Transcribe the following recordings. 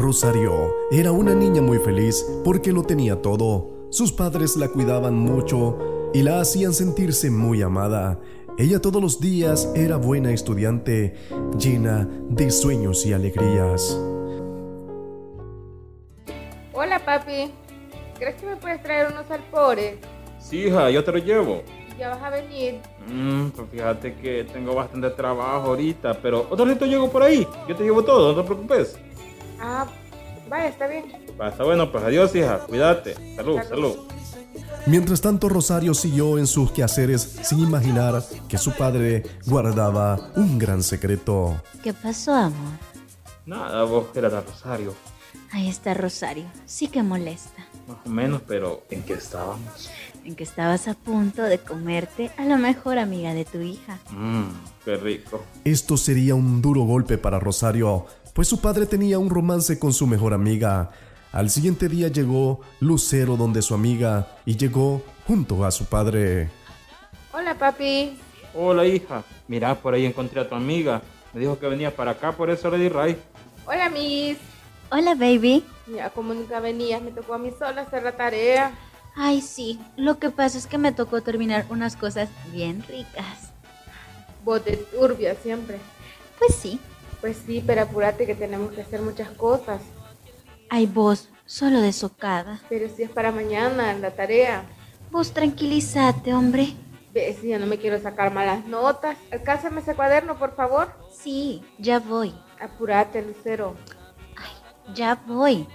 Rosario era una niña muy feliz porque lo tenía todo. Sus padres la cuidaban mucho y la hacían sentirse muy amada. Ella todos los días era buena estudiante, llena de sueños y alegrías. Hola, papi. ¿Crees que me puedes traer unos alpores? Sí, hija, yo te lo llevo. ¿Ya vas a venir? Pues fíjate que tengo bastante trabajo ahorita, pero otro ratito llego por ahí. Yo te llevo todo, no te preocupes. Ah, vaya, está bien. Está bueno, pues adiós, hija. Cuídate. Salud, salud. Mientras tanto, Rosario siguió en sus quehaceres sin imaginar que su padre guardaba un gran secreto. ¿Qué pasó, amor? Nada, vos era de Rosario. Ahí está Rosario. Sí que molesta. Más o menos, pero ¿en qué estábamos? En que estabas a punto de comerte a la mejor amiga de tu hija. Qué rico. Esto sería un duro golpe para Rosario, pues su padre tenía un romance con su mejor amiga. Al siguiente día llegó Lucero donde su amiga y llegó junto a su padre. Hola, papi. Hola, hija. Mira, por ahí encontré a tu amiga. Me dijo que venía para acá, por eso le di ray. Hola, mis. Hola, baby. Ya, como nunca venías, me tocó a mí sola hacer la tarea. Ay, sí. Lo que pasa es que me tocó terminar unas cosas bien ricas. Vos de turbia siempre. Pues sí. Pues sí, pero apúrate que tenemos que hacer muchas cosas. Ay, vos, solo de socada. Pero si es para mañana, la tarea. Vos tranquilízate, hombre. Ves, ya no me quiero sacar malas notas. Alcánzame ese cuaderno, por favor. Sí, ya voy. Apúrate, Lucero. Ay, ya voy.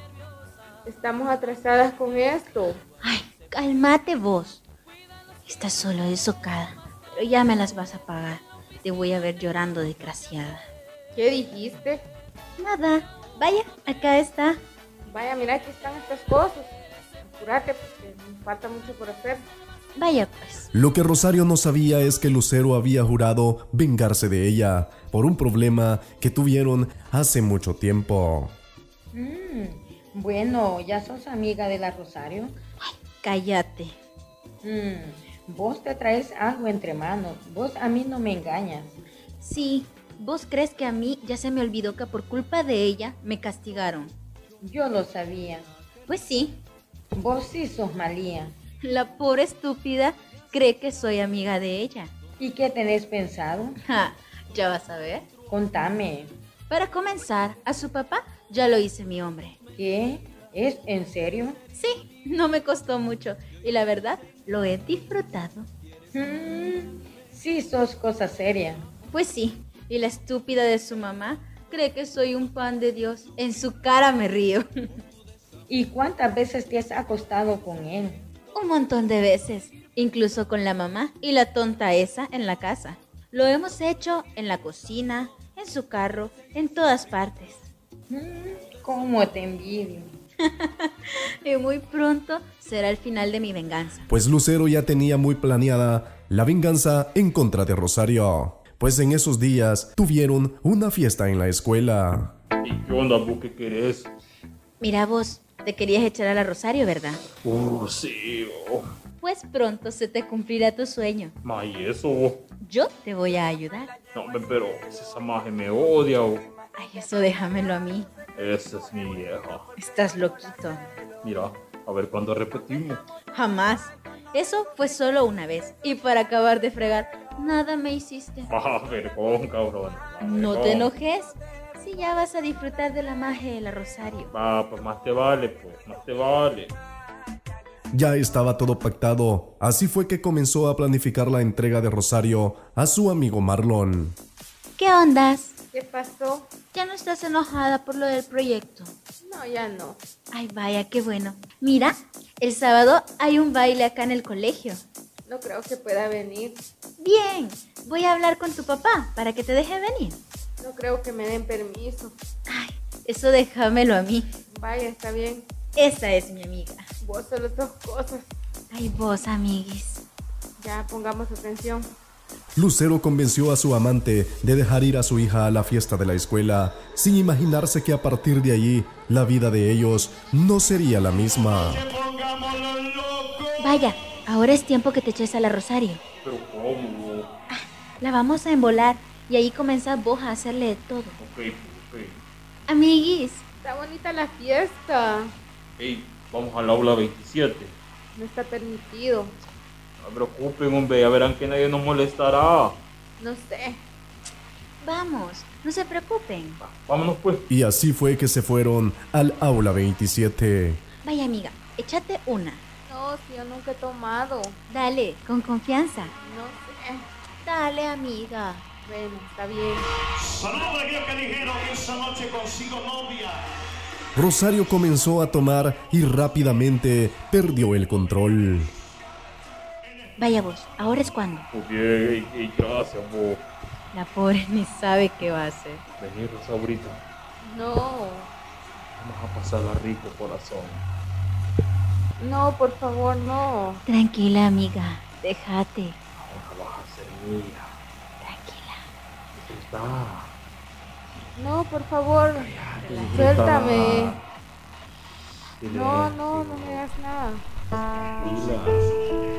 Estamos atrasadas con esto. Ay, cálmate vos. Estás solo de socada, pero ya me las vas a pagar. Te voy a ver llorando, desgraciada. ¿Qué dijiste? Nada. Vaya, acá está. Vaya, mira, aquí están estas cosas. Apúrate porque me falta mucho por hacer. Vaya pues. Lo que Rosario no sabía es que Lucero había jurado vengarse de ella por un problema que tuvieron hace mucho tiempo. Bueno, ¿ya sos amiga de la Rosario? Ay, cállate. Vos te traes algo entre manos. Vos a mí no me engañas. Sí, ¿vos crees que a mí ya se me olvidó que por culpa de ella me castigaron? Yo lo sabía. Pues sí. Vos sí sos malía. La pobre estúpida cree que soy amiga de ella. ¿Y qué tenés pensado? Ja, ya vas a ver. Contame. Para comenzar, a su papá ya lo hice mi hombre. ¿Qué? ¿Es en serio? Sí, no me costó mucho y la verdad lo he disfrutado. Sí, sos cosa seria. Pues sí, y la estúpida de su mamá cree que soy un pan de Dios. En su cara me río. ¿Y cuántas veces te has acostado con él? Un montón de veces, incluso con la mamá y la tonta esa en la casa. Lo hemos hecho en la cocina, en su carro, en todas partes. ¿Cómo te envidio? Y muy pronto será el final de mi venganza. Pues Lucero ya tenía muy planeada la venganza en contra de Rosario, pues en esos días tuvieron una fiesta en la escuela. ¿Y qué onda, vos qué querés? Mira vos, te querías echar a la Rosario, ¿verdad? Sí, oh. Pues pronto se te cumplirá tu sueño. Ma, ¿y eso vos? Yo te voy a ayudar. No, pero si esa maje me odia o... Ay, eso déjamelo a mí. Esa es mi vieja. Estás loquito. Mira, a ver cuándo repetimos. Jamás. Eso fue solo una vez. Y para acabar de fregar, nada me hiciste. Vergón, cabrón. No te enojes. Si ya vas a disfrutar de la magia de la Rosario. Pues más te vale, pues, más te vale. Ya estaba todo pactado, así fue que comenzó a planificar la entrega de Rosario a su amigo Marlon. ¿Qué ondas? ¿Qué pasó? ¿Ya no estás enojada por lo del proyecto? No, ya no. Ay, vaya, qué bueno. Mira, el sábado hay un baile acá en el colegio. No creo que pueda venir. Bien, voy a hablar con tu papá para que te deje venir. No creo que me den permiso. Ay, eso déjamelo a mí. Vaya, está bien. Esa es mi amiga. Vos solo sos cosas. Ay, vos, amiguis. Ya, pongamos atención. Lucero convenció a su amante de dejar ir a su hija a la fiesta de la escuela, sin imaginarse que a partir de allí la vida de ellos no sería la misma. Vaya, ahora es tiempo que te eches a la Rosario. Pero ¿cómo? La vamos a embolar y ahí comenzás vos a hacerle de todo. Ok. Amiguis, Está bonita la fiesta. Ey, vamos al aula 27. No está permitido. No se preocupen, hombre, ya verán que nadie nos molestará. No sé. Vamos, no se preocupen. Vámonos pues. Y así fue que se fueron al aula 27. Vaya amiga, échate una. No, si yo nunca he tomado. Dale, con confianza. No sé. Dale amiga. Bueno, está bien. Saludos de aquellos que dijeron que esa noche consigo novia. Rosario comenzó a tomar y rápidamente perdió el control. Vaya vos, ahora es cuando. Pues bien, ey, gracias, vos. La pobre ni sabe qué va a hacer. Vení, Rosaurita. No. Vamos a pasarla rico, corazón. No, por favor, no. Tranquila amiga, déjate. Ahora vas a ser mía. Tranquila. Disfruta. No, por favor. Disfruta. Suéltame. Silencio. No me hagas nada. Tranquila.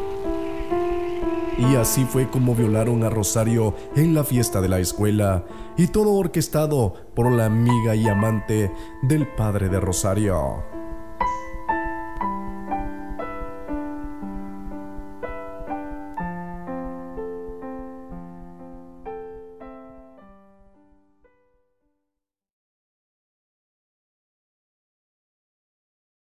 Y así fue como violaron a Rosario en la fiesta de la escuela, y todo orquestado por la amiga y amante del padre de Rosario.